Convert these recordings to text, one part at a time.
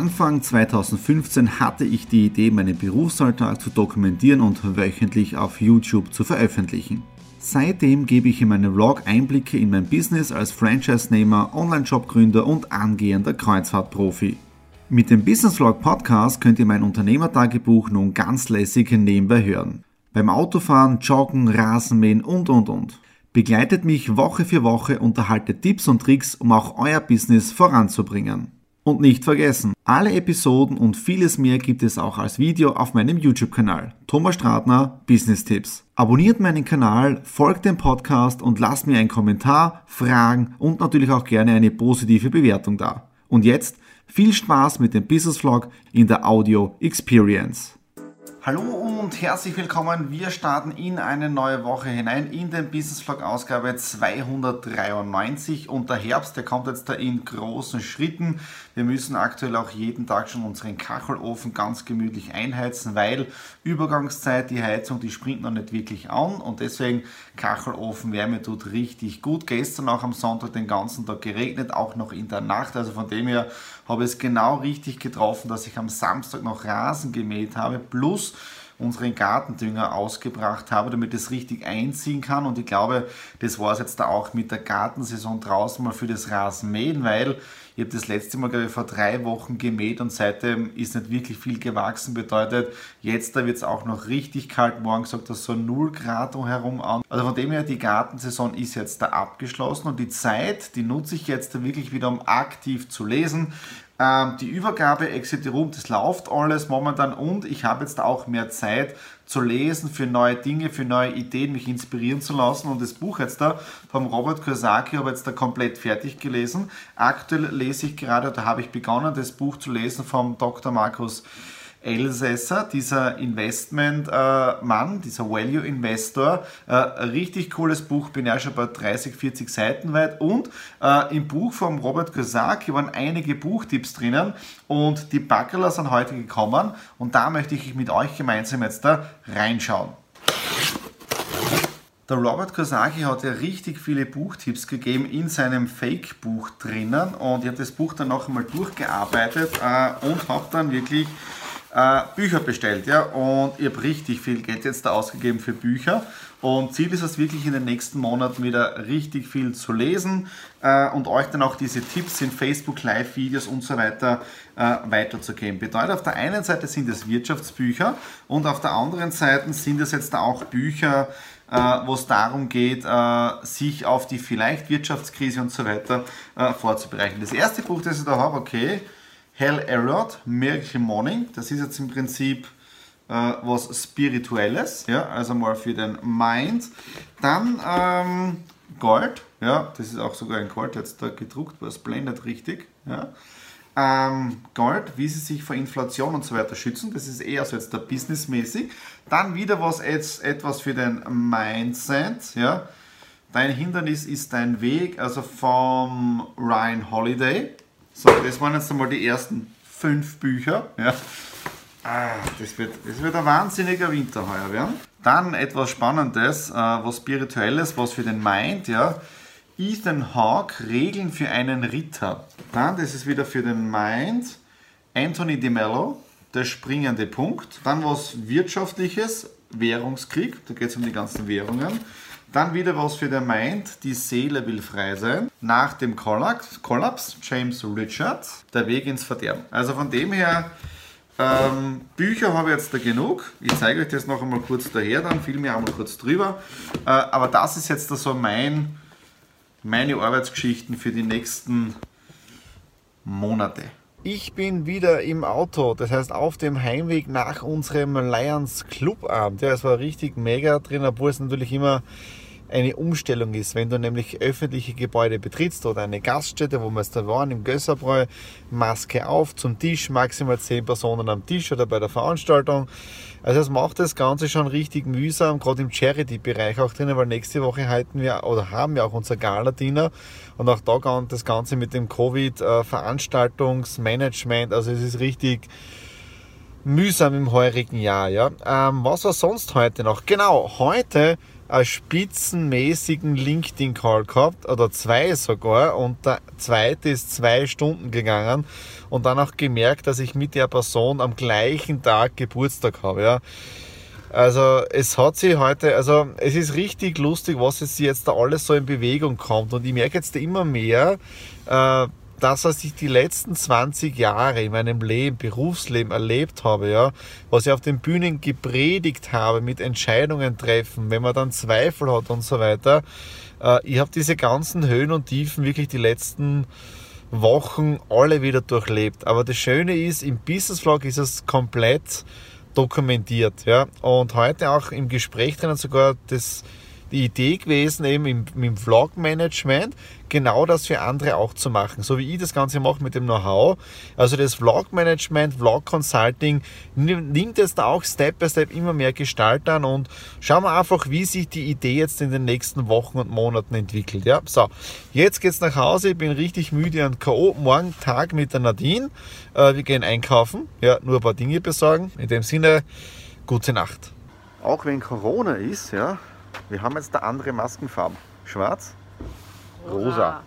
Anfang 2015 hatte ich die Idee, meinen Berufsalltag zu dokumentieren und wöchentlich auf YouTube zu veröffentlichen. Seitdem gebe ich in meinem Vlog Einblicke in mein Business als Franchise-Nehmer, Online-Shop-Gründer und angehender Kreuzfahrtprofi. Mit dem Business Vlog Podcast könnt ihr mein Unternehmertagebuch nun ganz lässig nebenbei hören. Beim Autofahren, Joggen, Rasenmähen und. Begleitet mich Woche für Woche und erhaltet Tipps und Tricks, um auch euer Business voranzubringen. Und nicht vergessen, alle Episoden und vieles mehr gibt es auch als Video auf meinem YouTube-Kanal. Thomas Stratner, Business Tipps. Abonniert meinen Kanal, folgt dem Podcast und lasst mir einen Kommentar, Fragen und natürlich auch gerne eine positive Bewertung da. Und jetzt viel Spaß mit dem Business Vlog in der Audio Experience. Hallo und herzlich willkommen. Wir starten in eine neue Woche hinein in den Business Vlog Ausgabe 293 und der Herbst, der kommt jetzt da in großen Schritten. Wir müssen aktuell auch jeden Tag schon unseren Kachelofen ganz gemütlich einheizen, weil Übergangszeit, die Heizung, die springt noch nicht wirklich an und deswegen Kachelofenwärme tut richtig gut. Gestern auch am Sonntag den ganzen Tag geregnet, auch noch in der Nacht, also von dem her habe ich es genau richtig getroffen, dass ich am Samstag noch Rasen gemäht habe, plus unseren Gartendünger ausgebracht habe, damit es richtig einziehen kann. Und ich glaube, das war es jetzt da auch mit der Gartensaison draußen mal für das Rasenmähen, weil ich habe das letzte Mal, glaube ich, vor 3 Wochen gemäht und seitdem ist nicht wirklich viel gewachsen. Bedeutet, jetzt da wird es auch noch richtig kalt. Morgen sagt das so 0 Grad herum an. Also von dem her, die Gartensaison ist jetzt da abgeschlossen und die Zeit, die nutze ich jetzt da wirklich wieder, um aktiv zu lesen. Die Übergabe Exit Room, das läuft alles momentan und ich habe jetzt auch mehr Zeit zu lesen, für neue Dinge, für neue Ideen, mich inspirieren zu lassen und das Buch jetzt da vom Robert Kiyosaki habe ich jetzt da komplett fertig gelesen. Aktuell lese ich gerade, da habe ich begonnen, das Buch zu lesen vom Dr. Markus Elsässer, dieser Investment-Mann, dieser Value-Investor, richtig cooles Buch, bin ja schon bei 30, 40 Seiten weit und im Buch von Robert Kiyosaki waren einige Buchtipps drinnen und die Backerler sind heute gekommen und da möchte ich mit euch gemeinsam jetzt da reinschauen. Der Robert Kiyosaki hat ja richtig viele Buchtipps gegeben in seinem Fake-Buch drinnen und ich habe das Buch dann noch einmal durchgearbeitet und habe dann wirklich Bücher bestellt, ja, und ich habe richtig viel Geld jetzt da ausgegeben für Bücher und Ziel ist es wirklich in den nächsten Monaten wieder richtig viel zu lesen und euch dann auch diese Tipps in Facebook Live-Videos und so weiter weiterzugeben. Bedeutet, auf der einen Seite sind es Wirtschaftsbücher und auf der anderen Seite sind es jetzt auch Bücher, wo es darum geht, sich auf die vielleicht Wirtschaftskrise und so weiter vorzubereiten. Das erste Buch, das ich da habe, okay, Hal Elrod, Miracle Morning, das ist jetzt im Prinzip was Spirituelles, ja, also mal für den Mind. Dann Gold, ja, das ist auch sogar in Gold jetzt da gedruckt, was blendet richtig. Ja. Gold, wie sie sich vor Inflation und so weiter schützen, das ist eher so jetzt da businessmäßig. Dann wieder was jetzt etwas für den Mindset, ja. Dein Hindernis ist dein Weg, also vom Ryan Holiday. So, das waren jetzt einmal die ersten 5 Bücher. Ja. Das wird ein wahnsinniger Winter heuer werden. Dann etwas Spannendes, was Spirituelles, was für den Mind. Ja. Ethan Hawke, Regeln für einen Ritter. Dann, das ist wieder für den Mind, Anthony DeMello, der springende Punkt. Dann was Wirtschaftliches, Währungskrieg, da geht es um die ganzen Währungen. Dann wieder was für den Mind, die Seele will frei sein. Nach dem Kollaps, James Richards, der Weg ins Verderben. Also von dem her, Bücher habe ich jetzt da genug. Ich zeige euch das noch einmal kurz daher, dann filme ich auch mal kurz drüber. Aber das ist jetzt da so meine Arbeitsgeschichten für die nächsten Monate. Ich bin wieder im Auto, das heißt auf dem Heimweg nach unserem Lions Club Abend. Ja, es war richtig mega drin, obwohl es natürlich immer eine Umstellung ist, wenn du nämlich öffentliche Gebäude betrittst oder eine Gaststätte, wo wir jetzt da waren, im Gösserbräu, Maske auf, zum Tisch, maximal 10 Personen am Tisch oder bei der Veranstaltung. Also es macht das Ganze schon richtig mühsam, gerade im Charity-Bereich auch drinnen, weil nächste Woche haben wir auch unser Gala-Dinner und auch da kann das Ganze mit dem Covid-Veranstaltungsmanagement, also es ist richtig mühsam im heurigen Jahr. Ja. Was war sonst heute noch? Genau, heute einen spitzenmäßigen LinkedIn-Call gehabt, oder 2 sogar, und der zweite ist 2 Stunden gegangen und dann auch gemerkt, dass ich mit der Person am gleichen Tag Geburtstag habe. Ja. Also es hat sich heute, also es ist richtig lustig, was jetzt da alles so in Bewegung kommt, und ich merke jetzt immer mehr, das, was ich die letzten 20 Jahre in meinem Leben, Berufsleben erlebt habe, ja, was ich auf den Bühnen gepredigt habe, mit Entscheidungen treffen, wenn man dann Zweifel hat und so weiter. Ich habe diese ganzen Höhen und Tiefen wirklich die letzten Wochen alle wieder durchlebt. Aber das Schöne ist, im Business Vlog ist es komplett dokumentiert. Ja. Und heute auch im Gespräch drinnen sogar die Idee gewesen, eben im Vlog-Management, genau das für andere auch zu machen. So wie ich das Ganze mache mit dem Know-how. Also das Vlog-Management, Vlog-Consulting nimmt jetzt da auch Step by Step immer mehr Gestalt an, und schauen wir einfach, wie sich die Idee jetzt in den nächsten Wochen und Monaten entwickelt. Ja, so, jetzt geht's nach Hause, ich bin richtig müde und K.O. Morgen Tag mit der Nadine. Wir gehen einkaufen, ja, nur ein paar Dinge besorgen. In dem Sinne, gute Nacht. Auch wenn Corona ist, ja, wir haben jetzt da andere Maskenfarben. Schwarz, rosa.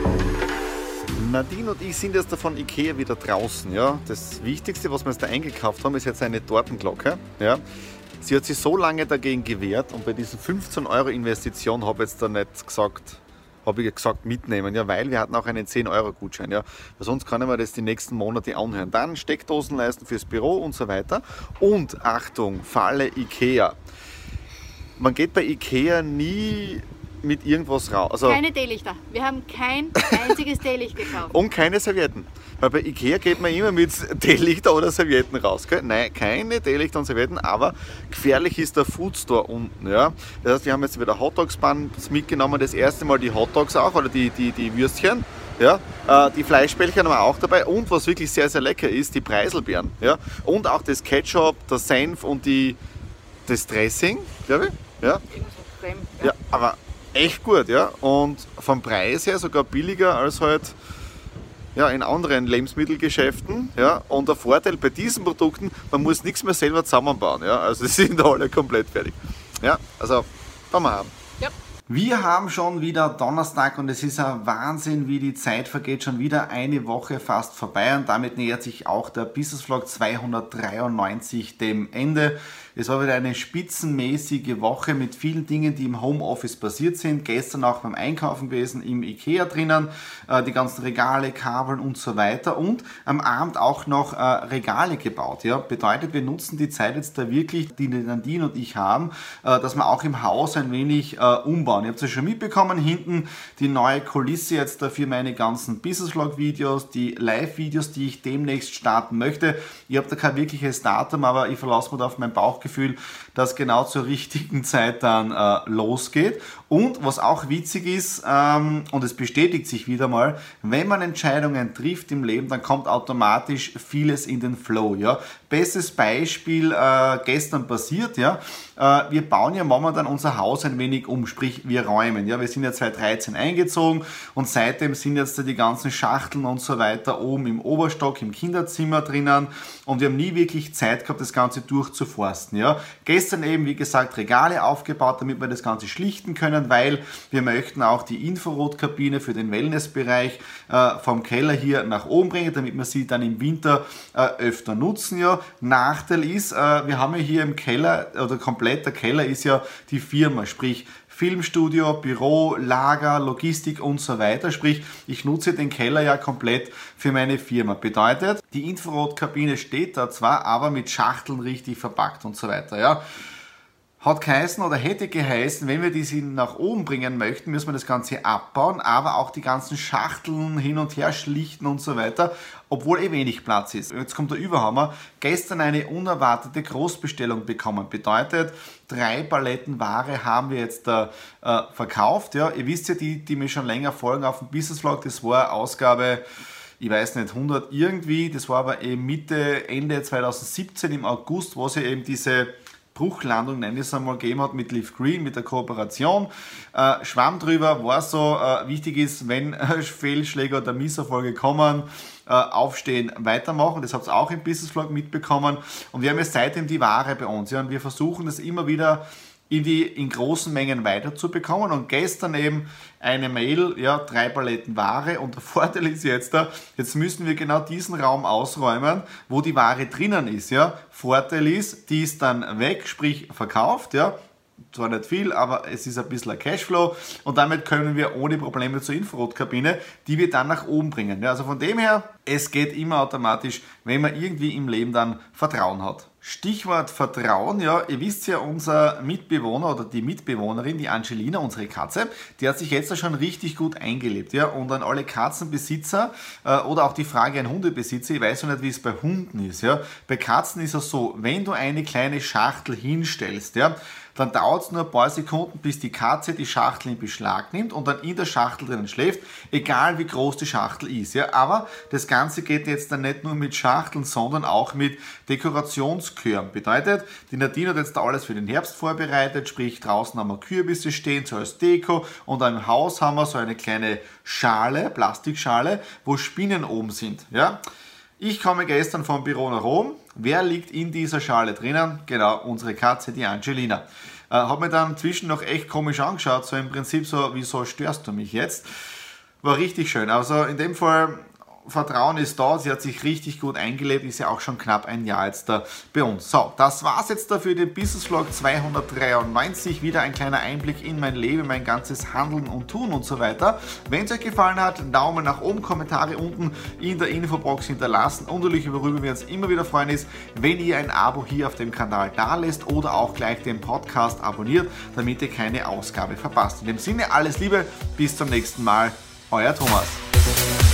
Nadine und ich sind jetzt da von Ikea wieder draußen. Ja. Das Wichtigste, was wir jetzt da eingekauft haben, ist jetzt eine Tortenglocke. Ja. Sie hat sich so lange dagegen gewehrt, und bei diesen 15 € Investition habe ich jetzt da nicht gesagt, mitnehmen, ja, weil wir hatten auch einen 10-€ Gutschein. Ja. Sonst kann ich mir das die nächsten Monate anhören. Dann Steckdosen leisten fürs Büro und so weiter. Und Achtung, Falle Ikea. Man geht bei Ikea nie mit irgendwas raus. Also keine Teelichter. Wir haben kein einziges Teelicht gekauft. Und keine Servietten. Weil bei Ikea geht man immer mit Teelichter oder Servietten raus. Gell? Nein, keine Teelichter und Servietten, aber gefährlich ist der Foodstore unten. Ja? Das heißt, wir haben jetzt wieder Hotdogs-Buns mitgenommen, das erste Mal die Hotdogs auch, oder die Würstchen. Ja? Die Fleischbällchen haben wir auch dabei, und was wirklich sehr, sehr lecker ist, die Preiselbeeren. Ja? Und auch das Ketchup, der Senf und das Dressing, glaube ich. Ja? Ja, aber echt gut, ja. Und vom Preis her sogar billiger als halt, ja, in anderen Lebensmittelgeschäften. Ja. Und der Vorteil bei diesen Produkten, man muss nichts mehr selber zusammenbauen. Ja. Also die sind alle komplett fertig. Ja, also fahren wir haben. Ja. Wir haben schon wieder Donnerstag, und es ist ein Wahnsinn, wie die Zeit vergeht. Schon wieder eine Woche fast vorbei, und damit nähert sich auch der Business Vlog 293 dem Ende. Es war wieder eine spitzenmäßige Woche mit vielen Dingen, die im Homeoffice passiert sind. Gestern auch beim Einkaufen gewesen, im Ikea drinnen, die ganzen Regale, Kabeln und so weiter. Und am Abend auch noch Regale gebaut. Ja. Bedeutet, wir nutzen die Zeit jetzt da wirklich, die Nadine und ich haben, dass wir auch im Haus ein wenig umbauen. Ihr habt es ja schon mitbekommen, hinten die neue Kulisse jetzt dafür meine ganzen Business Vlog Videos, die Live-Videos, die ich demnächst starten möchte. Ich habe da kein wirkliches Datum, aber ich verlasse mich da auf mein Bauchgefühl, dass genau zur richtigen Zeit dann losgeht. Und was auch witzig ist, und es bestätigt sich wieder mal, wenn man Entscheidungen trifft im Leben, dann kommt automatisch vieles in den Flow. Ja. Bestes Beispiel gestern passiert, ja. Wir bauen ja momentan unser Haus ein wenig um, sprich wir räumen. Ja. Wir sind ja 2013 eingezogen, und seitdem sind jetzt die ganzen Schachteln und so weiter oben im Oberstock, im Kinderzimmer drinnen, und wir haben nie wirklich Zeit gehabt, das Ganze durchzuforsten. Ja. Gestern eben, wie gesagt, Regale aufgebaut, damit wir das Ganze schlichten können, weil wir möchten auch die Infrarotkabine für den Wellnessbereich vom Keller hier nach oben bringen, damit wir sie dann im Winter öfter nutzen. Ja. Nachteil ist, wir haben ja hier im Keller, oder komplett der Keller ist ja die Firma, sprich Filmstudio, Büro, Lager, Logistik und so weiter. Sprich, ich nutze den Keller ja komplett für meine Firma. Bedeutet, die Infrarotkabine steht da zwar, aber mit Schachteln richtig verpackt und so weiter. Ja. Hat geheißen oder hätte geheißen, wenn wir die nach oben bringen möchten, müssen wir das Ganze abbauen, aber auch die ganzen Schachteln hin und her schlichten und so weiter, obwohl wenig Platz ist. Jetzt kommt der Überhammer. Gestern eine unerwartete Großbestellung bekommen. Bedeutet, 3 Paletten Ware haben wir jetzt verkauft. Ja, ihr wisst ja, die mir schon länger folgen auf dem Business Vlog, das war Ausgabe, ich weiß nicht, 100 irgendwie, das war aber eben Ende 2017 im August, wo sie eben diese Bruchlandung, nenne ich es einmal, gegeben hat mit Live Green, mit der Kooperation. Schwamm drüber, war so, wichtig ist, wenn Fehlschläge oder Misserfolge kommen, aufstehen, weitermachen. Das habt ihr auch im Business Vlog mitbekommen. Und wir haben jetzt seitdem die Ware bei uns. Ja, und wir versuchen das immer wieder in großen Mengen weiterzubekommen. Und gestern eben eine Mail, 3 Paletten Ware, und der Vorteil ist jetzt müssen wir genau diesen Raum ausräumen, wo die Ware drinnen ist. Ja. Vorteil ist, die ist dann weg, sprich verkauft, ja. Zwar nicht viel, aber es ist ein bisschen ein Cashflow, und damit können wir ohne Probleme zur Infrarotkabine, die wir dann nach oben bringen. Ja, also von dem her, es geht immer automatisch, wenn man irgendwie im Leben dann Vertrauen hat. Stichwort Vertrauen, ja, ihr wisst ja, unser Mitbewohner oder die Mitbewohnerin, die Angelina, unsere Katze, die hat sich jetzt schon richtig gut eingelebt, ja, und an alle Katzenbesitzer oder auch die Frage an Hundebesitzer, ich weiß noch nicht, wie es bei Hunden ist, ja, bei Katzen ist es so, wenn du eine kleine Schachtel hinstellst, ja, dann dauert es nur ein paar Sekunden, bis die Katze die Schachtel in Beschlag nimmt und dann in der Schachtel drinnen schläft, egal wie groß die Schachtel ist. Ja. Aber das Ganze geht jetzt dann nicht nur mit Schachteln, sondern auch mit Dekorationskören. Bedeutet, die Nadine hat jetzt da alles für den Herbst vorbereitet, sprich draußen haben wir Kürbisse stehen, so als Deko, und im Haus haben wir so eine kleine Schale, Plastikschale, wo Spinnen oben sind. Ja. Ich komme gestern vom Büro nach oben. Wer liegt in dieser Schale drinnen? Genau, unsere Katze, die Angelina. Hat mir dann zwischen noch echt komisch angeschaut, so im Prinzip so, wieso störst du mich jetzt? War richtig schön. Also in dem Fall, Vertrauen ist da, sie hat sich richtig gut eingelebt, ist ja auch schon knapp ein Jahr jetzt da bei uns. So, das war's jetzt da für den Business Vlog 293. Wieder ein kleiner Einblick in mein Leben, mein ganzes Handeln und Tun und so weiter. Wenn es euch gefallen hat, Daumen nach oben, Kommentare unten in der Infobox hinterlassen, und natürlich, worüber wir uns immer wieder freuen, ist, wenn ihr ein Abo hier auf dem Kanal da lässt oder auch gleich den Podcast abonniert, damit ihr keine Ausgabe verpasst. In dem Sinne, alles Liebe, bis zum nächsten Mal, euer Thomas.